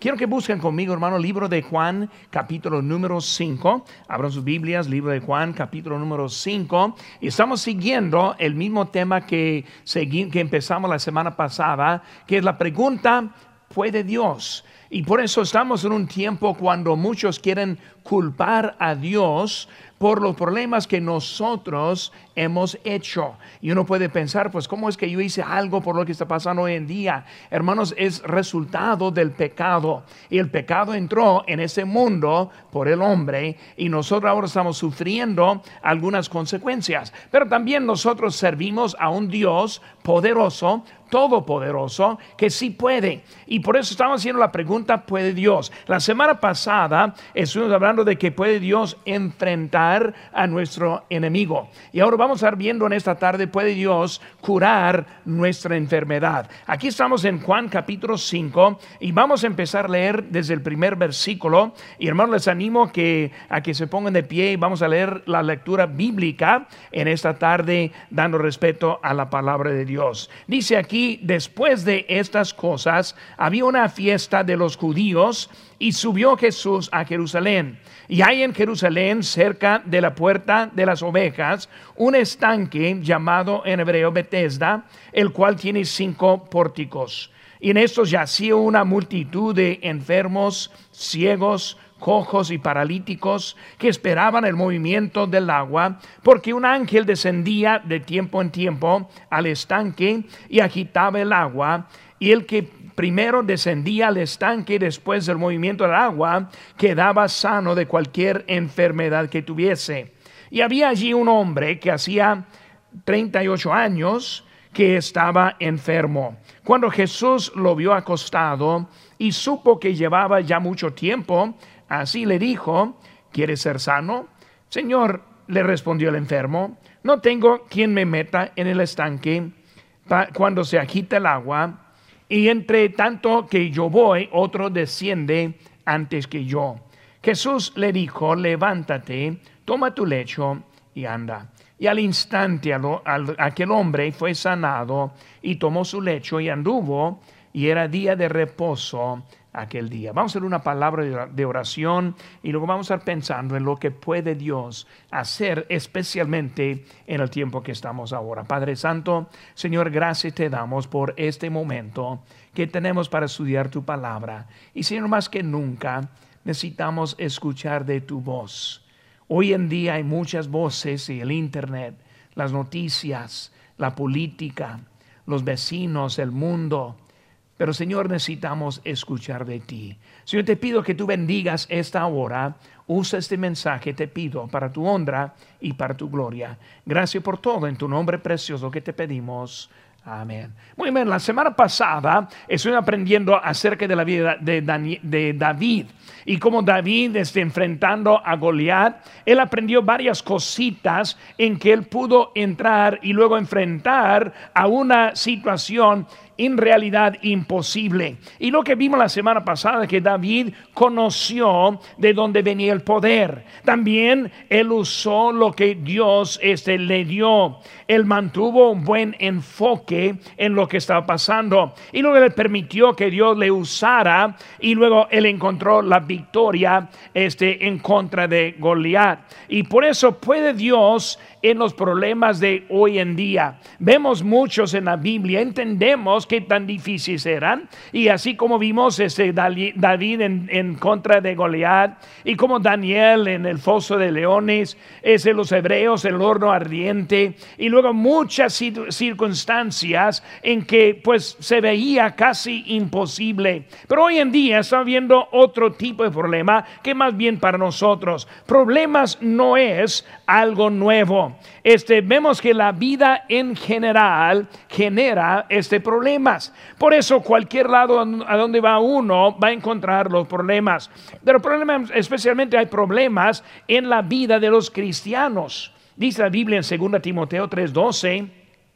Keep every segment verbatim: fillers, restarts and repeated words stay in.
quiero que busquen conmigo, hermano, libro de Juan, capítulo número cinco. Abran sus Biblias, libro de Juan, capítulo número cinco. Y estamos siguiendo el mismo tema que, segui- que empezamos la semana pasada, que es la pregunta: ¿puede Dios? Y por eso estamos en un tiempo cuando muchos quieren culpar a Dios por los problemas que nosotros hemos hecho. Y uno puede pensar, pues, ¿cómo es que yo hice algo por lo que está pasando hoy en día? Hermanos, es resultado del pecado. Y el pecado entró en ese mundo por el hombre, y nosotros ahora estamos sufriendo algunas consecuencias. Pero también nosotros servimos a un Dios poderoso, todopoderoso, que sí puede. Y por eso estamos haciendo la pregunta: ¿puede Dios? La semana pasada estuvimos hablando de que puede Dios enfrentar a nuestro enemigo. Y ahora vamos a estar viendo en esta tarde: ¿puede Dios curar nuestra enfermedad? Aquí estamos en Juan capítulo cinco y vamos a empezar a leer desde el primer versículo. Y hermanos, les animo que, a que se pongan de pie y vamos a leer la lectura bíblica en esta tarde, dando respeto a la palabra de Dios. Dice aquí: después de estas cosas había una fiesta de los judíos, y subió Jesús a Jerusalén. Y hay en Jerusalén, cerca de la puerta de las ovejas, un estanque llamado en hebreo Betesda, el cual tiene cinco pórticos. Y en estos yacía una multitud de enfermos, ciegos, cojos y paralíticos, que esperaban el movimiento del agua, porque un ángel descendía de tiempo en tiempo al estanque y agitaba el agua. Y el que primero descendía al estanque después del movimiento del agua quedaba sano de cualquier enfermedad que tuviese. Y había allí un hombre que hacía treinta y ocho años que estaba enfermo. Cuando Jesús lo vio acostado y supo que llevaba ya mucho tiempo, así le dijo: ¿quieres ser sano? Señor, le respondió el enfermo, no tengo quien me meta en el estanque cuando se agita el agua, y entre tanto que yo voy, otro desciende antes que yo. Jesús le dijo: levántate, toma tu lecho y anda. Y al instante al, al, aquel hombre fue sanado y tomó su lecho y anduvo, y era día de reposo aquel día. Vamos a hacer una palabra de oración y luego vamos a estar pensando en lo que puede Dios hacer, especialmente en el tiempo que estamos ahora. Padre Santo, Señor, gracias te damos por este momento que tenemos para estudiar tu palabra. Y Señor, más que nunca necesitamos escuchar de tu voz. Hoy en día hay muchas voces y el internet, las noticias, la política, los vecinos, el mundo. Pero Señor, necesitamos escuchar de ti. Señor, te pido que tú bendigas esta hora. Usa este mensaje, te pido, para tu honra y para tu gloria. Gracias por todo, en tu nombre precioso que te pedimos. Amén. Muy bien, la semana pasada estoy aprendiendo acerca de la vida de, Dani, de David y cómo David está enfrentando a Goliat. Él aprendió varias cositas en que él pudo entrar y luego enfrentar a una situación en realidad imposible. Y lo que vimos la semana pasada, que David conoció de dónde venía el poder. También él usó lo que Dios este, le dio. Él mantuvo un buen enfoque en lo que estaba pasando. Y luego le permitió que Dios le usara. Y luego él encontró la victoria este, en contra de Goliat. Y por eso puede Dios en los problemas de hoy en día. Vemos muchos en la Biblia, entendemos qué tan difíciles eran, y así como vimos este David en, en contra de Goliat, y como Daniel en el foso de leones, ese los hebreos en el horno ardiente, y luego muchas circunstancias en que pues se veía casi imposible. Pero hoy en día estamos viendo otro tipo de problema que más bien para nosotros, problemas no es algo nuevo. Este, vemos que la vida en general genera este problemas. Por eso cualquier lado a donde va uno va a encontrar los problemas. Pero problemas, especialmente hay problemas en la vida de los cristianos. Dice la Biblia en segunda Timoteo tres doce: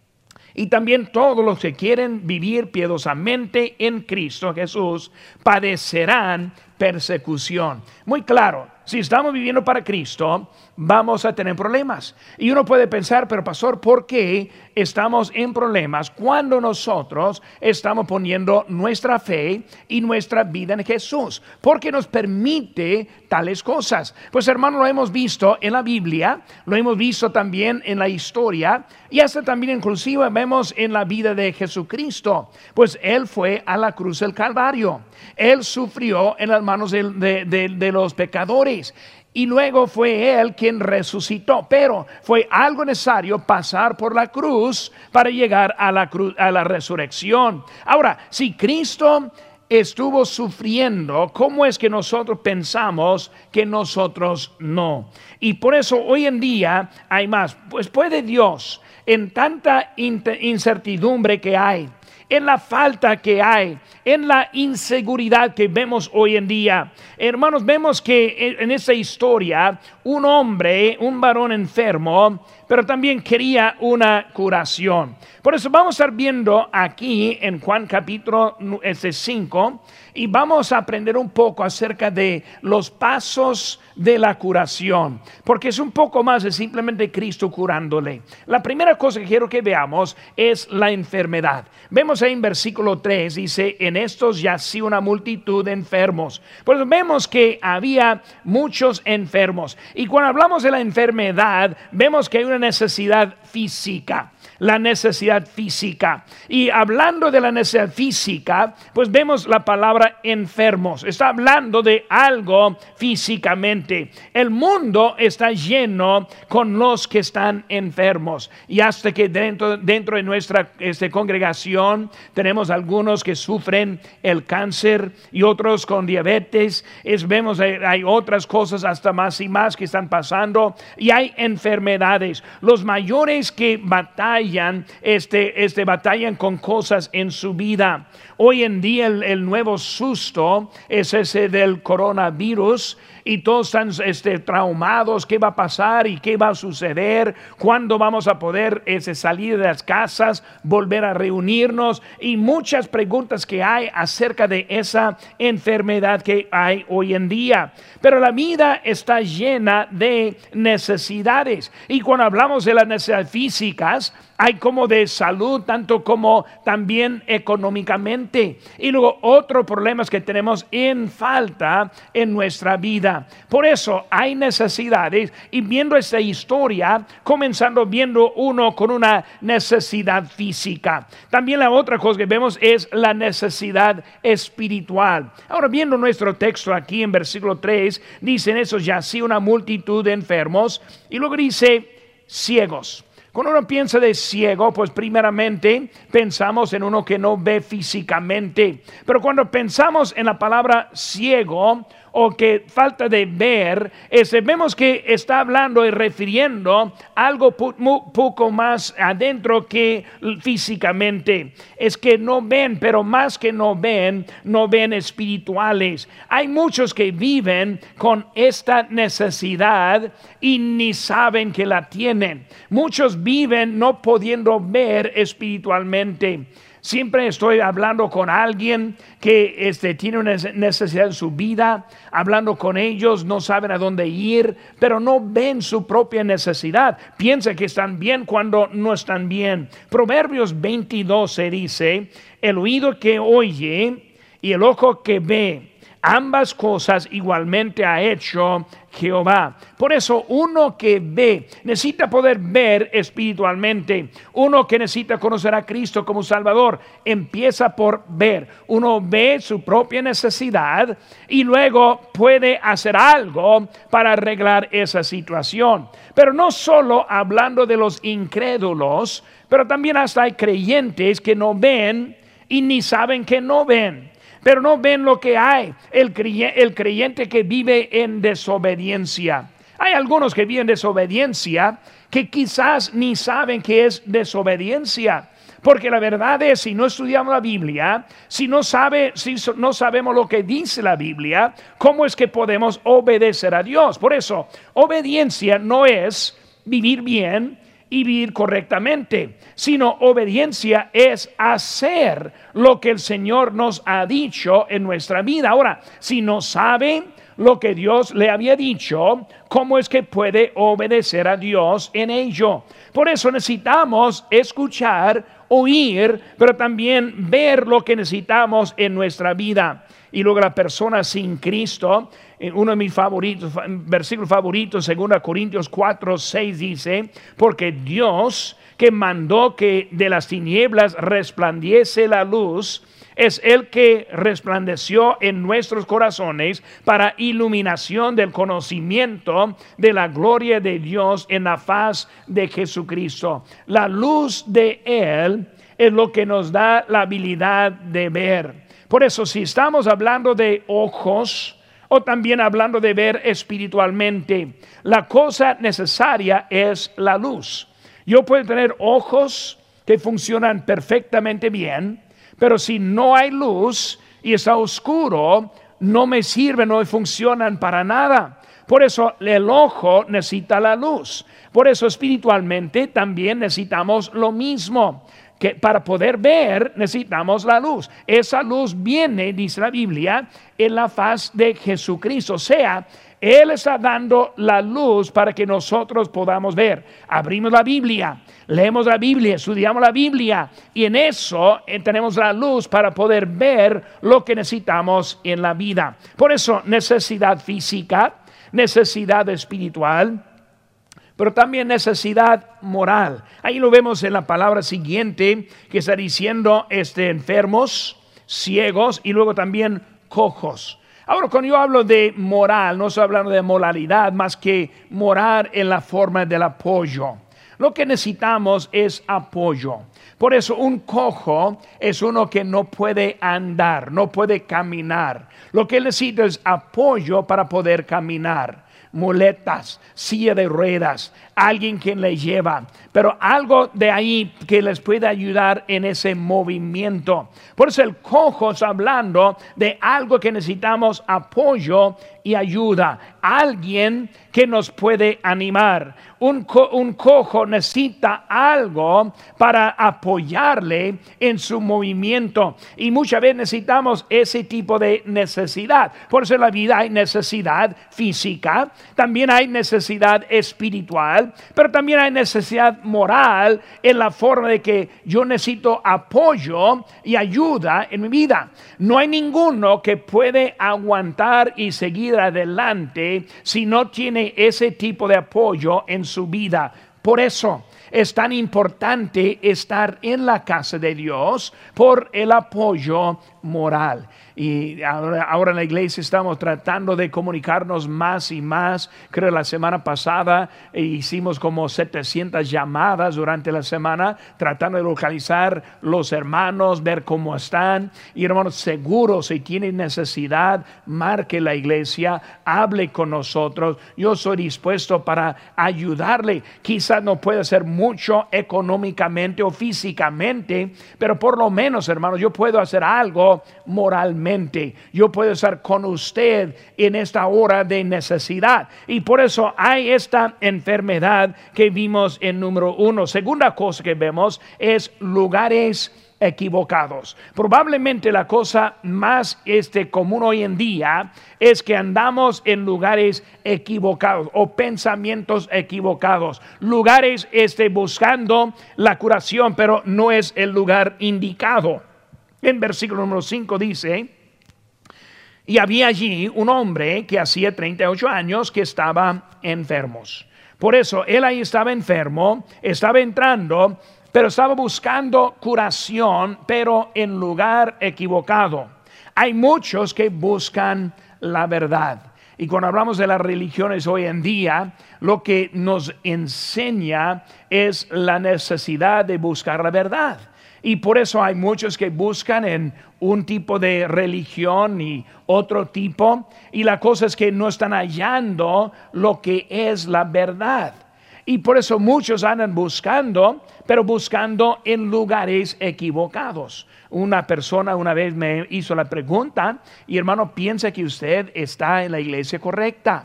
y también todos los que quieren vivir piadosamente en Cristo Jesús padecerán persecución. Muy claro, si estamos viviendo para Cristo, vamos a tener problemas. Y uno puede pensar, pero pastor, ¿por qué estamos en problemas cuando nosotros estamos poniendo nuestra fe y nuestra vida en Jesús? ¿Por qué nos permite tales cosas? Pues hermano, lo hemos visto en la Biblia, lo hemos visto también en la historia y hasta también inclusive vemos en la vida de Jesucristo. Pues Él fue a la cruz del Calvario. Él sufrió en las manos de, de, de, de los pecadores. Y luego fue Él quien resucitó, pero fue algo necesario pasar por la cruz para llegar a la cruz, a la resurrección. Ahora, si Cristo estuvo sufriendo, ¿cómo es que nosotros pensamos que nosotros no? Y por eso hoy en día hay más. Pues puede Dios, en tanta incertidumbre que hay, en la falta que hay, en la inseguridad que vemos hoy en día. Hermanos, vemos que en esta historia un hombre, un varón enfermo, pero también quería una curación. Por eso vamos a estar viendo aquí en Juan capítulo cinco y vamos a aprender un poco acerca de los pasos de la curación, porque es un poco más de simplemente Cristo curándole. La primera cosa que quiero que veamos es la enfermedad. Vemos ahí en versículo tres, dice, en estos yacía una multitud de enfermos. Pues vemos que había muchos enfermos. Y cuando hablamos de la enfermedad, vemos que hay una necesidad física. La necesidad física. Y hablando de la necesidad física, pues vemos la palabra enfermos. Está hablando de algo físicamente. El mundo está lleno con los que están enfermos. Y hasta que dentro, dentro de nuestra este, congregación tenemos algunos que sufren el cáncer y otros con diabetes. Es, vemos hay, hay otras cosas hasta más y más que están pasando. Y hay enfermedades. Los mayores que batallan Este, este, batallan con cosas en su vida. Hoy en día el, el nuevo susto es ese del coronavirus y todos están este, traumados. ¿Qué va a pasar y qué va a suceder? ¿Cuándo vamos a poder este, salir de las casas, volver a reunirnos? Y muchas preguntas que hay acerca de esa enfermedad que hay hoy en día. Pero la vida está llena de necesidades. Y cuando hablamos de las necesidades físicas, hay como de salud, tanto como también económicamente. Y luego otros problemas que tenemos en falta en nuestra vida. Por eso hay necesidades. Y viendo esta historia, comenzando viendo uno con una necesidad física. También la otra cosa que vemos es la necesidad espiritual. Ahora viendo nuestro texto aquí en versículo tres, dicen esos yacía una multitud de enfermos. Y luego dice ciegos. Cuando uno piensa de ciego, pues primeramente pensamos en uno que no ve físicamente. Pero cuando pensamos en la palabra ciego o que falta de ver, este, vemos que está hablando y refiriendo algo pu- mu- poco más adentro que físicamente. Es que no ven, pero más que no ven, no ven espirituales. Hay muchos que viven con esta necesidad y ni saben que la tienen. Muchos viven no pudiendo ver espiritualmente. Siempre estoy hablando con alguien que este, tiene una necesidad en su vida, hablando con ellos, no saben a dónde ir, pero no ven su propia necesidad. Piensan que están bien cuando no están bien. Proverbios veintidós se dice, el oído que oye y el ojo que ve, ambas cosas igualmente ha hecho Jehová. Por eso uno que ve necesita poder ver espiritualmente. Uno que necesita conocer a Cristo como Salvador empieza por ver. Uno ve su propia necesidad y luego puede hacer algo para arreglar esa situación. Pero no solo hablando de los incrédulos, pero también hasta hay creyentes que no ven y ni saben que no ven. Pero no ven lo que hay, el creyente, el creyente que vive en desobediencia. Hay algunos que viven en desobediencia que quizás ni saben que es desobediencia. Porque la verdad es, si no estudiamos la Biblia, si no, sabe, si no sabemos lo que dice la Biblia, ¿cómo es que podemos obedecer a Dios? Por eso, obediencia no es vivir bien y vivir correctamente, sino obediencia es hacer lo que el Señor nos ha dicho en nuestra vida. Ahora, si no sabe lo que Dios le había dicho, ¿cómo es que puede obedecer a Dios en ello? Por eso necesitamos escuchar, oír, pero también ver lo que necesitamos en nuestra vida. Y luego la persona sin Cristo, uno de mis favoritos, versículos favoritos, según Corintios cuatro, seis dice, porque Dios que mandó que de las tinieblas resplandiese la luz, es el que resplandeció en nuestros corazones para iluminación del conocimiento de la gloria de Dios en la faz de Jesucristo. La luz de Él es lo que nos da la habilidad de ver. Por eso, si estamos hablando de ojos o también hablando de ver espiritualmente, la cosa necesaria es la luz. Yo puedo tener ojos que funcionan perfectamente bien, pero si no hay luz y está oscuro, no me sirven, no funcionan para nada. Por eso el ojo necesita la luz. Por eso espiritualmente también necesitamos lo mismo. Que para poder ver necesitamos la luz. Esa luz viene, dice la Biblia, en la faz de Jesucristo. O sea, Él está dando la luz para que nosotros podamos ver. Abrimos la Biblia, leemos la Biblia, estudiamos la Biblia y en eso eh, tenemos la luz para poder ver lo que necesitamos en la vida. Por eso necesidad física, necesidad espiritual, pero también necesidad moral. Ahí lo vemos en la palabra siguiente que está diciendo este, enfermos, ciegos y luego también cojos. Ahora, cuando yo hablo de moral, no estoy hablando de moralidad, más que moral en la forma del apoyo. Lo que necesitamos es apoyo. Por eso un cojo es uno que no puede andar, no puede caminar. Lo que él necesita es apoyo para poder caminar. Muletas, silla de ruedas, alguien quien le lleva, pero algo de ahí que les puede ayudar en ese movimiento. Por eso el cojo está hablando de algo que necesitamos apoyo y ayuda, alguien que nos puede animar. Un, co un cojo necesita algo para apoyarle en su movimiento y muchas veces necesitamos ese tipo de necesidad. Por eso en la vida hay necesidad física, también hay necesidad espiritual, pero también hay necesidad moral en la forma de que yo necesito apoyo y ayuda en mi vida. No hay ninguno que puede aguantar y seguir adelante si no tiene ese tipo de apoyo en su vida. Por eso es tan importante estar en la casa de Dios por el apoyo moral. Y ahora, ahora en la iglesia estamos tratando de comunicarnos más y más. Creo la semana pasada hicimos como setecientas llamadas durante la semana tratando de localizar los hermanos, ver cómo están. Y hermanos, seguro si tienen necesidad, marque la iglesia, hable con nosotros. Yo soy dispuesto para ayudarle. Quizás no pueda hacer mucho económicamente o físicamente, pero por lo menos, hermanos, yo puedo hacer algo moralmente. Yo puedo estar con usted en esta hora de necesidad. Y por eso hay esta enfermedad que vimos en número uno. Segunda cosa que vemos es lugares equivocados. Probablemente la cosa más este, común hoy en día es que andamos en lugares equivocados o pensamientos equivocados, lugares este, buscando la curación, pero no es el lugar indicado. En versículo número cinco dice: y había allí un hombre que hacía treinta y ocho años que estaba enfermo. Por eso él ahí estaba enfermo, estaba entrando, pero estaba buscando curación, pero en lugar equivocado. Hay muchos que buscan la verdad. Y cuando hablamos de las religiones hoy en día, lo que nos enseña es la necesidad de buscar la verdad. Y por eso hay muchos que buscan en un tipo de religión y otro tipo. Y la cosa es que no están hallando lo que es la verdad. Y por eso muchos andan buscando, pero buscando en lugares equivocados. Una persona una vez me hizo la pregunta: y hermano, ¿piensa que usted está en la iglesia correcta?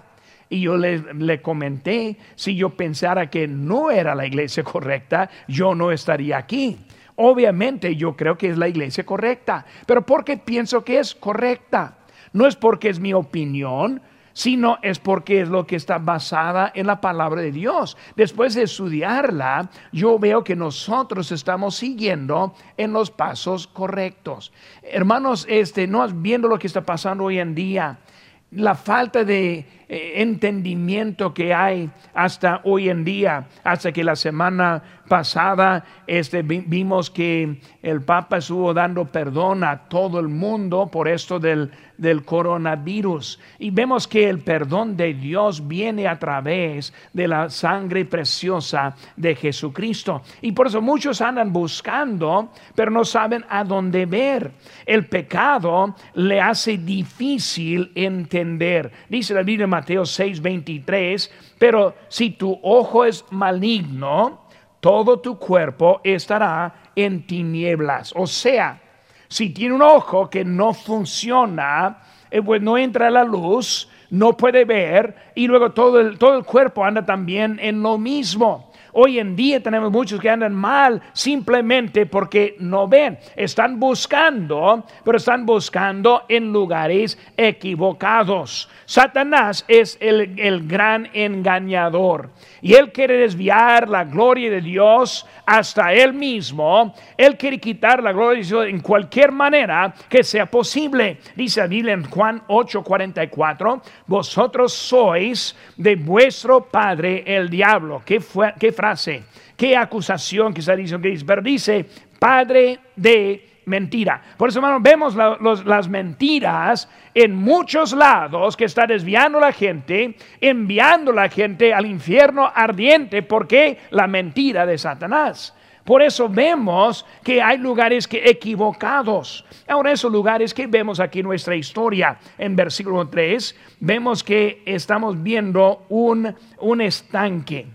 Y yo le, le comenté, si yo pensara que no era la iglesia correcta, yo no estaría aquí. Obviamente yo creo que es la iglesia correcta, pero porque pienso que es correcta. No es porque es mi opinión, sino es porque es lo que está basada en la palabra de Dios. Después de estudiarla, yo veo que nosotros estamos siguiendo en los pasos correctos. Hermanos, este, no viendo lo que está pasando hoy en día, la falta de eh, entendimiento que hay hasta hoy en día, hasta que la semana pasada este, vi, vimos que el Papa estuvo dando perdón a todo el mundo por esto del, del coronavirus, y vemos que el perdón de Dios viene a través de la sangre preciosa de Jesucristo, y por eso muchos andan buscando, pero no saben a dónde ver. El pecado le hace difícil entender. Dice la Biblia en Mateo seis veintitrés, pero si tu ojo es maligno, todo tu cuerpo estará en tinieblas. O sea, si tiene un ojo que no funciona, eh, pues no entra la luz, no puede ver, y luego todo el, todo el cuerpo anda también en lo mismo. Hoy en día tenemos muchos que andan mal simplemente porque no ven. Están buscando, pero están buscando en lugares equivocados. Satanás es el, el gran engañador, y él quiere desviar la gloria de Dios hasta él mismo. Él quiere quitar la gloria de Dios en cualquier manera que sea posible. Dice la Biblia en Juan ocho cuarenta y cuatro, vosotros sois de vuestro padre el diablo. ¿Qué, fue, qué frase? ¿Qué acusación que está diciendo? Pero dice, padre de mentira. Por eso, hermano, vemos la, los, las mentiras en muchos lados, que está desviando a la gente, enviando a la gente al infierno ardiente, porque la mentira de Satanás. Por eso vemos que hay lugares que equivocados. Ahora, esos lugares que vemos aquí en nuestra historia, en versículo tres, vemos que estamos viendo un, un estanque.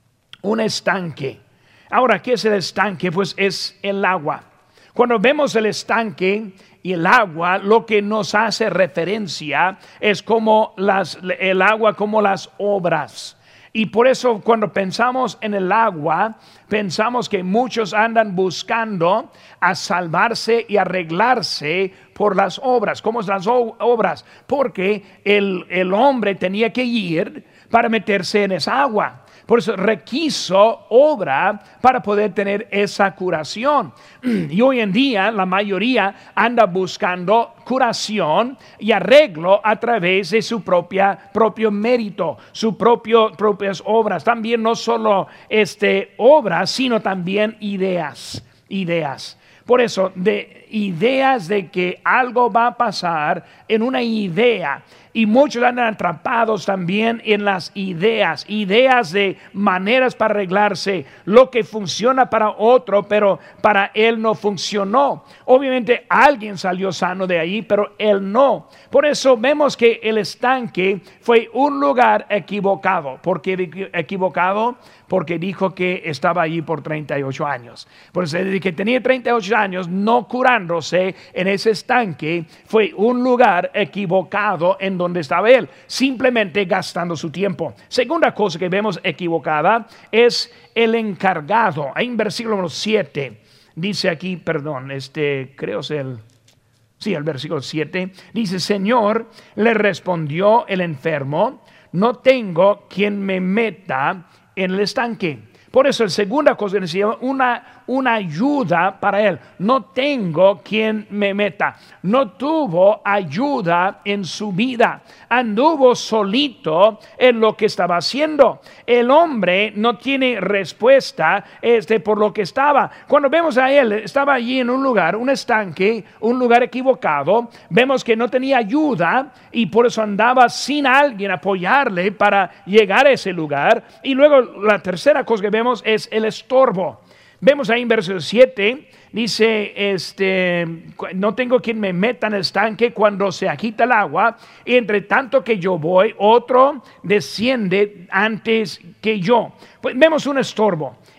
Un estanque. Ahora, ¿qué es el estanque? Pues es el agua. Cuando vemos el estanque y el agua, lo que nos hace referencia es como las, el agua como las obras. Y por eso cuando pensamos en el agua, pensamos que muchos andan buscando a salvarse y arreglarse por las obras. ¿Cómo son las obras? Porque el, el hombre tenía que ir para meterse en esa agua. Por eso requiso obra para poder tener esa curación. Y hoy en día la mayoría anda buscando curación y arreglo a través de su propia, propio mérito, sus propias obras. También no solo este, obras, sino también ideas. Ideas. Por eso, de ideas de que algo va a pasar en una idea. Y muchos andan atrapados también en las ideas, ideas de maneras para arreglarse, lo que funciona para otro, pero para él no funcionó. Obviamente alguien salió sano de ahí, pero él no. Por eso vemos que el estanque fue un lugar equivocado. ¿Por qué equivocado? Porque dijo que estaba allí por treinta y ocho años. Por eso desde que tenía treinta y ocho años, no curándose en ese estanque, fue un lugar equivocado en donde estaba él, simplemente gastando su tiempo. Segunda cosa que vemos equivocada es el encargado. Ahí en versículo siete dice aquí, perdón, este creo es el sí, el versículo siete dice, Señor, le respondió el enfermo, no tengo quien me meta en el estanque. Por eso la segunda cosa que necesita una, una ayuda para él. No tengo quien me meta. No tuvo ayuda en su vida. Anduvo solito en lo que estaba haciendo. El hombre no tiene respuesta este, por lo que estaba. Cuando vemos a él, estaba allí en un lugar, un estanque, un lugar equivocado. Vemos que no tenía ayuda y por eso andaba sin alguien apoyarle para llegar a ese lugar. Y luego la tercera cosa que vemos es el estorbo. Vemos ahí en versículo siete, dice, este, no tengo quien me meta en el estanque cuando se agita el agua, y entre tanto que yo voy, otro desciende antes que yo. Pues vemos un estorbo.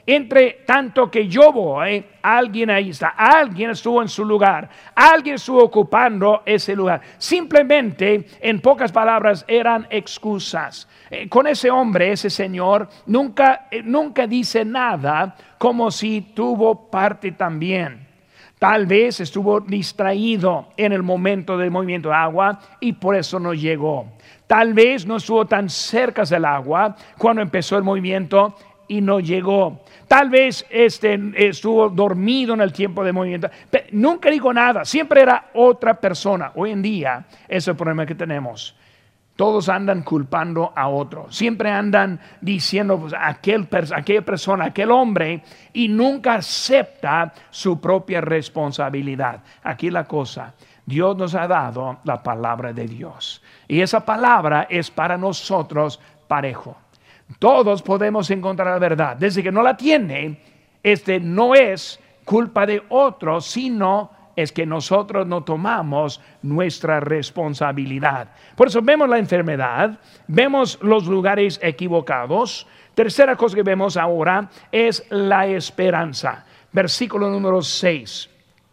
Entre tanto que yo voy, alguien ahí está, alguien estuvo en su lugar, alguien estuvo ocupando ese lugar. Simplemente, en pocas palabras, eran excusas. Eh, con ese hombre, ese señor, nunca, eh, nunca dice nada como si tuvo parte también. Tal vez estuvo distraído en el momento del movimiento de agua y por eso no llegó. Tal vez no estuvo tan cerca del agua cuando empezó el movimiento y no llegó. Tal vez este, estuvo dormido en el tiempo de movimiento. Pero nunca dijo nada, siempre era otra persona. Hoy en día es el problema que tenemos. Todos andan culpando a otro. Siempre andan diciendo pues, aquel, aquella persona, aquel hombre, y nunca acepta su propia responsabilidad. Aquí la cosa, Dios nos ha dado la palabra de Dios. Y esa palabra es para nosotros parejo. Todos podemos encontrar la verdad. Desde que no la tiene, este no es culpa de otros, sino es que nosotros no tomamos nuestra responsabilidad. Por eso vemos la enfermedad, vemos los lugares equivocados. Tercera cosa que vemos ahora es la esperanza. Versículo número seis.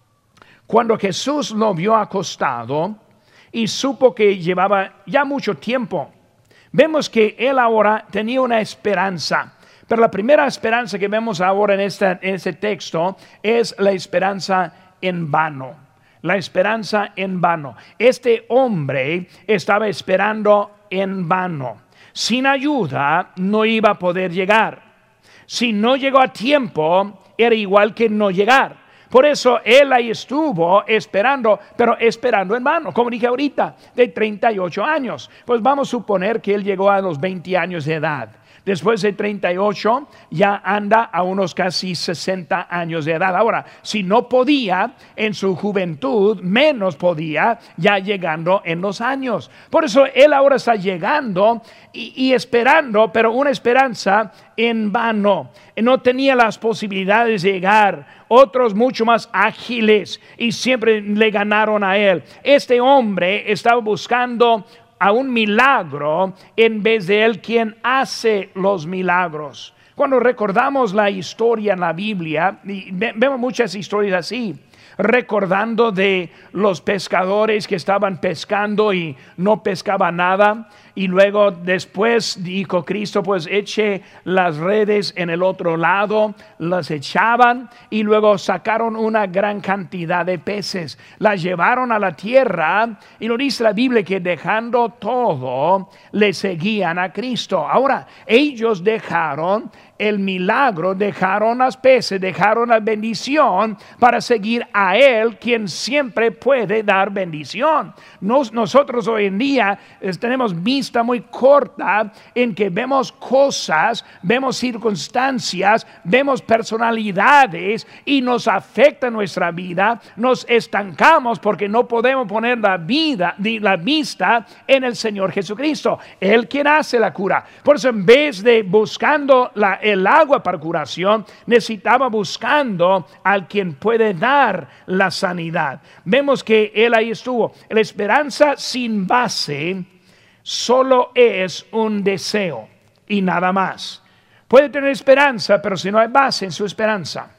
Cuando Jesús lo vio acostado y supo que llevaba ya mucho tiempo, vemos que él ahora tenía una esperanza. Pero la primera esperanza que vemos ahora en, esta, en este texto es la esperanza en vano. La esperanza en vano. Este hombre estaba esperando en vano. Sin ayuda no iba a poder llegar. Si no llegó a tiempo, era igual que no llegar. Por eso él ahí estuvo esperando, pero esperando en vano, como dije ahorita, de treinta y ocho años. Pues vamos a suponer que él llegó a los veinte años de edad. Después de treinta y ocho ya anda a unos casi sesenta años de edad. Ahora, si no podía en su juventud, menos podía ya llegando en los años. Por eso él ahora está llegando y, y esperando, pero una esperanza en vano. No tenía las posibilidades de llegar. Otros mucho más ágiles y siempre le ganaron a él. Este hombre estaba buscando a un milagro en vez de él quien hace los milagros. Cuando recordamos la historia en la Biblia, y vemos muchas historias así, recordando de los pescadores que estaban pescando y no pescaban nada, y luego después dijo Cristo, pues eche las redes en el otro lado, las echaban y luego sacaron una gran cantidad de peces, las llevaron a la tierra y lo dice la Biblia que dejando todo le seguían a Cristo. Ahora ellos dejaron el milagro, dejaron las peces, dejaron la bendición para seguir a Él, quien siempre puede dar bendición. Nos, nosotros hoy en día eh, tenemos vista muy corta en que vemos cosas, vemos circunstancias, vemos personalidades y nos afecta nuestra vida, nos estancamos porque no podemos poner la vida, la vista en el Señor Jesucristo, Él quien hace la cura. Por eso en vez de buscando la el agua para curación, necesitaba buscando al quien puede dar la sanidad. Vemos que él ahí estuvo. La esperanza sin base solo es un deseo y nada más. Puede tener esperanza, pero si no hay base en su esperanza.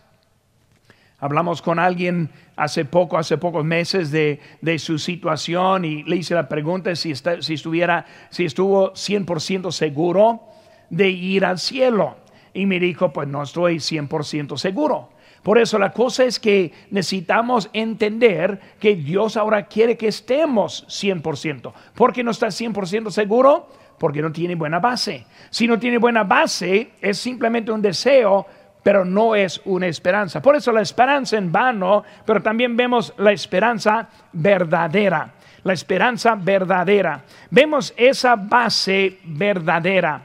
Hablamos con alguien hace poco, hace pocos meses de, de su situación y le hice la pregunta si, está, si, estuviera, si estuvo cien por ciento seguro de ir al cielo. Y me dijo, pues no estoy cien por ciento seguro. Por eso la cosa es que necesitamos entender que Dios ahora quiere que estemos cien por ciento. ¿Por qué no está cien por ciento seguro? Porque no tiene buena base. Si no tiene buena base, es simplemente un deseo, pero no es una esperanza. Por eso la esperanza en vano, pero también vemos la esperanza verdadera. La esperanza verdadera. Vemos esa base verdadera,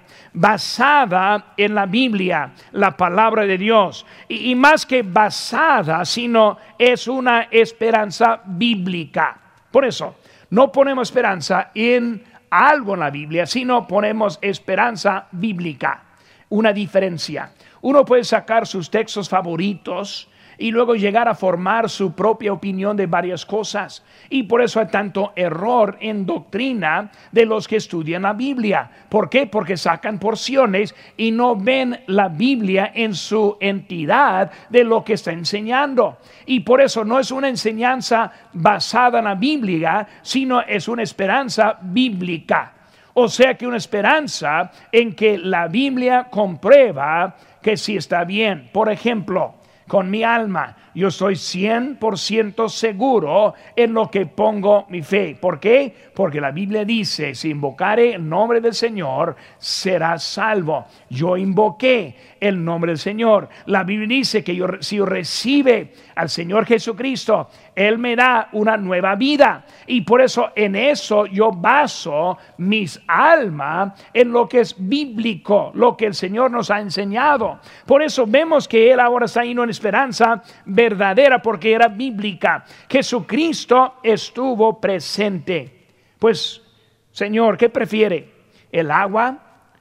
basada en la Biblia, la palabra de Dios. Y, y más que basada, sino es una esperanza bíblica. Por eso, no ponemos esperanza en algo en la Biblia, sino ponemos esperanza bíblica. Una diferencia. Uno puede sacar sus textos favoritos y luego llegar a formar su propia opinión de varias cosas. Y por eso hay tanto error en doctrina de los que estudian la Biblia. ¿Por qué? Porque sacan porciones y no ven la Biblia en su entidad de lo que está enseñando. Y por eso no es una enseñanza basada en la Biblia, sino es una esperanza bíblica. O sea que una esperanza en que la Biblia comprueba que sí está bien. Por ejemplo, con mi alma, yo estoy cien por ciento seguro en lo que pongo mi fe. ¿Por qué? Porque la Biblia dice, si invocare el nombre del Señor, serás salvo. Yo invoqué el nombre del Señor. La Biblia dice que yo, si yo recibe al Señor Jesucristo, Él me da una nueva vida. Y por eso en eso yo baso mis almas en lo que es bíblico, lo que el Señor nos ha enseñado. Por eso vemos que Él ahora está yendo en esperanza verdadera, porque era bíblica. Jesucristo estuvo presente. Pues, Señor, ¿qué prefiere? ¿El agua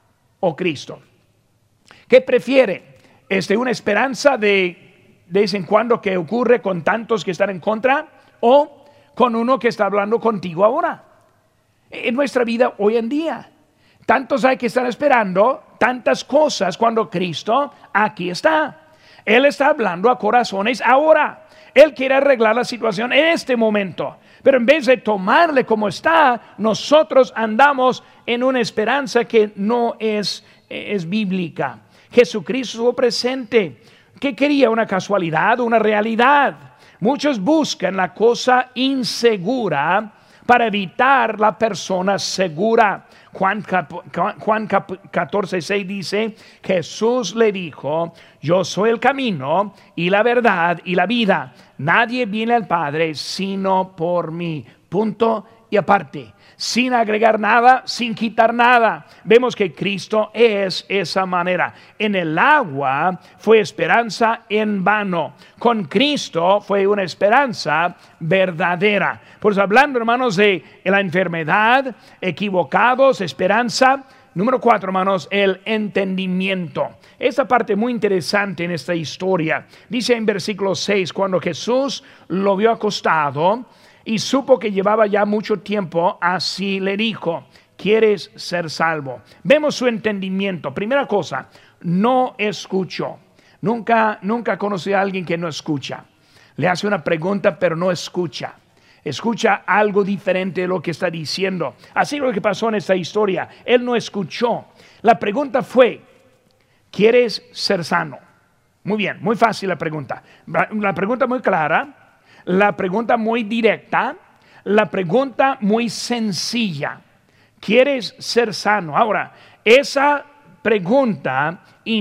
o Cristo? ¿Qué prefiere? Este, ¿una esperanza de, de vez en cuando que ocurre con tantos que están en contra? ¿O con uno que está hablando contigo ahora? En nuestra vida hoy en día, tantos hay que estar esperando tantas cosas cuando Cristo aquí está. Él está hablando a corazones ahora. Él quiere arreglar la situación en este momento. Pero en vez de tomarle como está, nosotros andamos en una esperanza que no es, es bíblica. Jesucristo estuvo presente. ¿Qué quería? ¿Una casualidad? ¿Una realidad? Muchos buscan la cosa insegura para evitar la persona segura. Juan, Juan catorce seis dice, Jesús le dijo, yo soy el camino y la verdad y la vida. Nadie viene al Padre sino por mí. Punto y aparte. Sin agregar nada, sin quitar nada. Vemos que Cristo es esa manera. En el agua fue esperanza en vano. Con Cristo fue una esperanza verdadera. Pues hablando, hermanos, de la enfermedad, equivocados, esperanza. Número cuatro, hermanos, el entendimiento. Esta parte muy interesante en esta historia. Dice en versículo seis, cuando Jesús lo vio acostado y supo que llevaba ya mucho tiempo, así le dijo, ¿quieres ser salvo? Vemos su entendimiento. Primera cosa, no escuchó. Nunca, nunca conocí a alguien que no escucha. Le hace una pregunta pero no escucha. Escucha algo diferente de lo que está diciendo. Así es lo que pasó en esta historia. Él no escuchó. La pregunta fue, ¿quieres ser sano? Muy bien, muy fácil la pregunta. La pregunta muy clara. La pregunta muy directa, la pregunta muy sencilla. ¿Quieres ser sano? Ahora, esa pregunta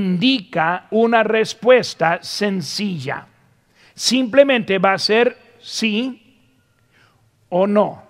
indica una respuesta sencilla. Simplemente va a ser sí o no.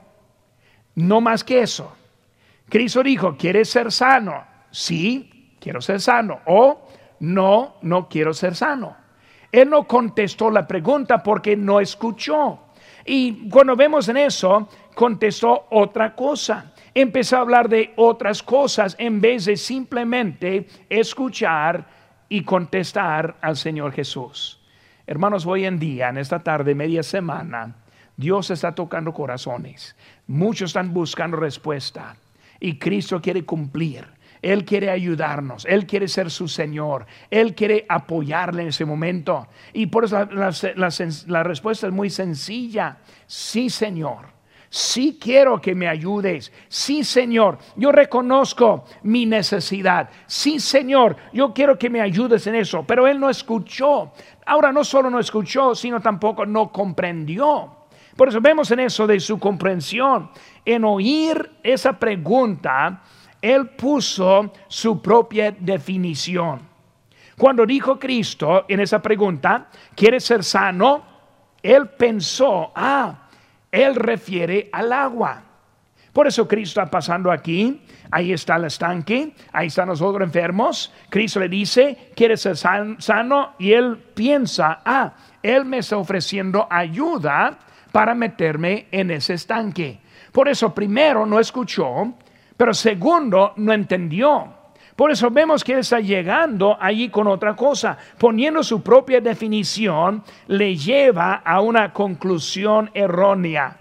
No más que eso. Cristo dijo, ¿quieres ser sano? Sí, quiero ser sano. O no, no quiero ser sano. Él no contestó la pregunta porque no escuchó. Y cuando vemos en eso, contestó otra cosa. Empezó a hablar de otras cosas en vez de simplemente escuchar y contestar al Señor Jesús. Hermanos, hoy en día, en esta tarde, media semana, Dios está tocando corazones. Muchos están buscando respuesta y Cristo quiere cumplir. Él quiere ayudarnos, Él quiere ser su Señor, Él quiere apoyarle en ese momento. Y por eso la, la, la, la respuesta es muy sencilla. Sí, Señor, sí quiero que me ayudes. Sí, Señor, yo reconozco mi necesidad. Sí, Señor, yo quiero que me ayudes en eso. Pero Él no escuchó. Ahora no solo no escuchó, sino tampoco no comprendió. Por eso vemos en eso de su comprensión. En oír esa pregunta, Él puso su propia definición. Cuando dijo Cristo en esa pregunta, ¿quieres ser sano? Él pensó, ah, Él refiere al agua. Por eso Cristo está pasando aquí. Ahí está el estanque, ahí están los otros enfermos. Cristo le dice, ¿quieres ser sano? Y Él piensa, ah, Él me está ofreciendo ayuda para meterme en ese estanque. Por eso primero no escuchó. Pero segundo, no entendió. Por eso vemos que él está llegando allí con otra cosa, poniendo su propia definición, le lleva a una conclusión errónea.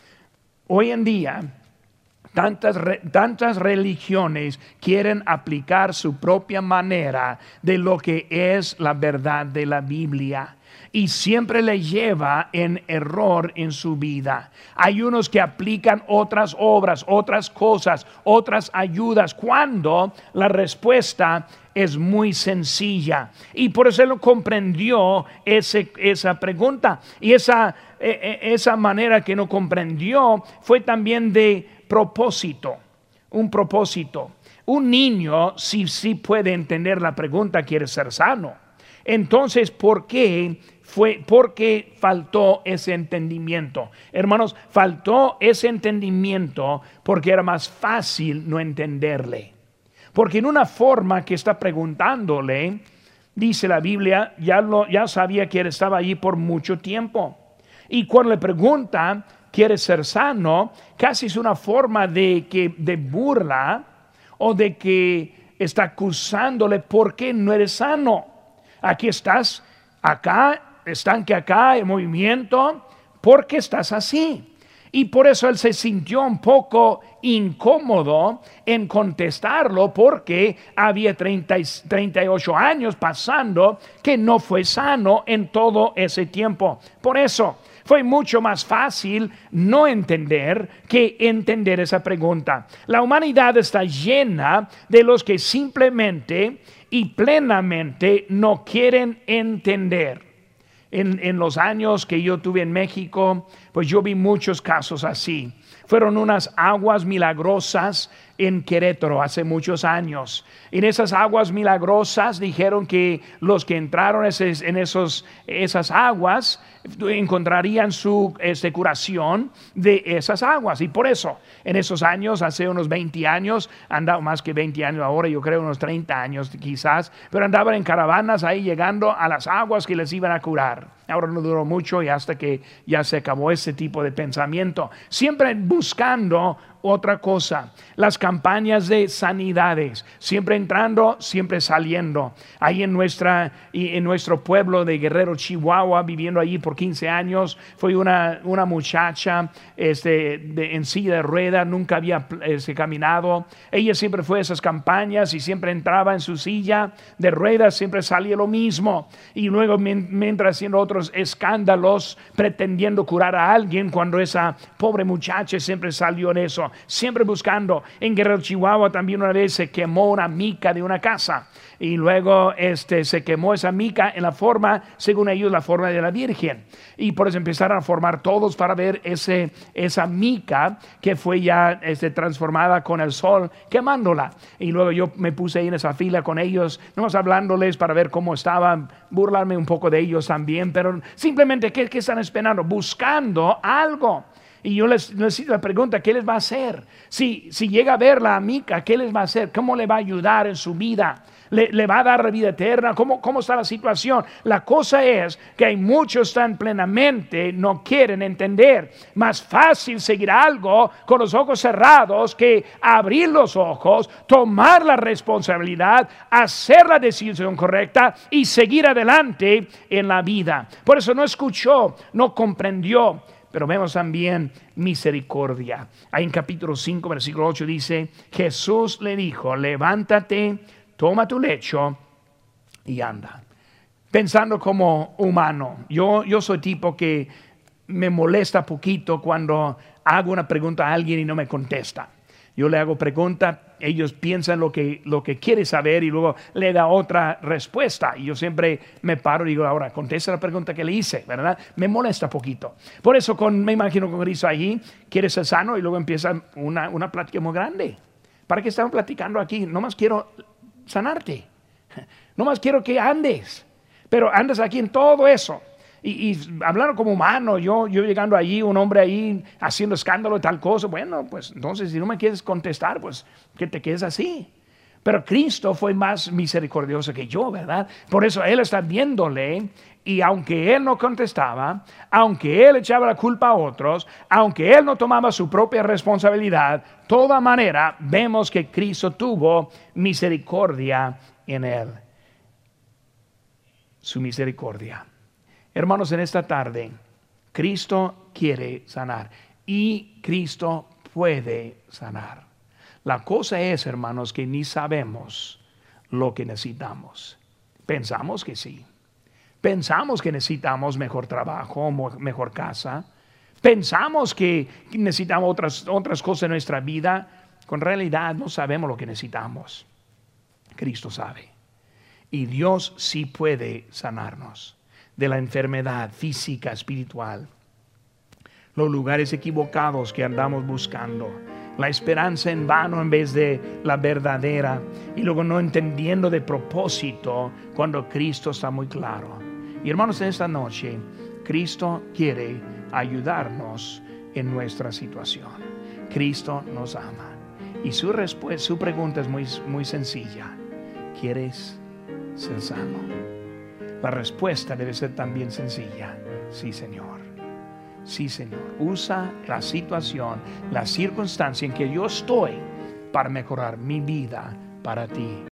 Hoy en día, tantas, tantas religiones quieren aplicar su propia manera de lo que es la verdad de la Biblia. Y siempre le lleva en error en su vida. Hay unos que aplican otras obras, otras cosas, otras ayudas, cuando la respuesta es muy sencilla. Y por eso él comprendió ese, esa pregunta. Y esa, esa manera que no comprendió fue también de propósito. Un propósito. Un niño sí, sí puede entender la pregunta, quiere ser sano. Entonces, ¿por qué? Fue porque faltó ese entendimiento. Hermanos, faltó ese entendimiento porque era más fácil no entenderle. Porque en una forma que está preguntándole, dice la Biblia, ya, lo, ya sabía que él estaba allí por mucho tiempo. Y cuando le pregunta, ¿quiere ser sano? Casi es una forma de, que, de burla o de que está acusándole, ¿por qué no eres sano? Aquí estás, acá, estanque acá, en movimiento, ¿por qué estás así? Y por eso él se sintió un poco incómodo en contestarlo, porque había treinta y ocho años pasando que no fue sano en todo ese tiempo. Por eso fue mucho más fácil no entender que entender esa pregunta. La humanidad está llena de los que simplemente y plenamente no quieren entender. En, en los años que yo tuve en México, pues yo vi muchos casos así. Fueron unas aguas milagrosas en Querétaro hace muchos años. En esas aguas milagrosas dijeron que los que entraron ese, en esos, esas aguas encontrarían su este, curación de esas aguas. Y por eso, en esos años, hace unos veinte años, andaba más que veinte años ahora, yo creo unos treinta años quizás, pero andaban en caravanas ahí llegando a las aguas que les iban a curar. Ahora no duró mucho y hasta que ya se acabó ese tipo de pensamiento. Siempre buscando otra cosa. Las campañas de sanidades, siempre entrando, siempre saliendo. Ahí en, nuestra, en nuestro pueblo de Guerrero, Chihuahua, viviendo allí por quince años, fue una, una muchacha este, de, en silla de rueda, nunca había este, caminado. Ella siempre fue a esas campañas y siempre entraba en su silla de ruedas, siempre salía lo mismo. Y luego mientras haciendo otros escándalos, pretendiendo curar a alguien, cuando esa pobre muchacha siempre salió en eso. Siempre buscando. En Guerrero, Chihuahua, también una vez se quemó una mica de una casa y luego este, se quemó esa mica en la forma, según ellos, la forma de la Virgen, y por eso empezaron a formar todos para ver ese, esa mica que fue ya este, transformada con el sol, quemándola. Y luego yo me puse ahí en esa fila con ellos, nomás hablándoles para ver cómo estaban, burlarme un poco de ellos también, pero simplemente, ¿qué, qué están esperando? Buscando algo. Y yo les, les hice la pregunta, ¿qué les va a hacer? Si, si llega a ver la mica, ¿qué les va a hacer? ¿Cómo le va a ayudar en su vida? ¿Le, le va a dar la vida eterna? ¿Cómo, ¿Cómo está la situación? La cosa es que hay muchos tan plenamente no quieren entender. Más fácil seguir algo con los ojos cerrados que abrir los ojos, tomar la responsabilidad, hacer la decisión correcta y seguir adelante en la vida. Por eso no escuchó, no comprendió. Pero vemos también misericordia. Ahí en capítulo cinco, versículo ocho dice, Jesús le dijo, levántate, toma tu lecho y anda. Pensando como humano, yo, yo soy tipo que me molesta poquito cuando hago una pregunta a alguien y no me contesta. Yo le hago pregunta, ellos piensan lo que, lo que quiere saber y luego le da otra respuesta. Y yo siempre me paro y digo, ahora contesta la pregunta que le hice, ¿verdad? Me molesta poquito. Por eso con, me imagino con Cristo allí, quiere ser sano y luego empieza una, una plática muy grande. ¿Para qué estamos platicando aquí? No más quiero sanarte. No más quiero que andes. Pero andas aquí en todo eso. Y, y hablando como humano, yo, yo llegando allí, un hombre ahí haciendo escándalo y tal cosa, bueno, pues entonces si no me quieres contestar, pues que te quedes así. Pero Cristo fue más misericordioso que yo, ¿verdad? Por eso Él está viéndole, y aunque Él no contestaba, aunque Él echaba la culpa a otros, aunque Él no tomaba su propia responsabilidad, de toda manera vemos que Cristo tuvo misericordia en Él. Su misericordia. Hermanos, en esta tarde, Cristo quiere sanar y Cristo puede sanar. La cosa es, hermanos, que ni sabemos lo que necesitamos. Pensamos que sí. Pensamos que necesitamos mejor trabajo, mejor casa. Pensamos que necesitamos otras, otras cosas en nuestra vida. Con realidad no sabemos lo que necesitamos. Cristo sabe. Y Dios sí puede sanarnos de la enfermedad física, espiritual, los lugares equivocados que andamos buscando, la esperanza en vano en vez de la verdadera, y luego no entendiendo de propósito cuando Cristo está muy claro. Y hermanos, en esta noche Cristo quiere ayudarnos en nuestra situación. Cristo nos ama y su respuesta, su pregunta es muy, muy sencilla: ¿quieres ser sano? La respuesta debe ser también sencilla: sí, Señor. Sí, Señor. Usa la situación, la circunstancia en que yo estoy para mejorar mi vida para ti.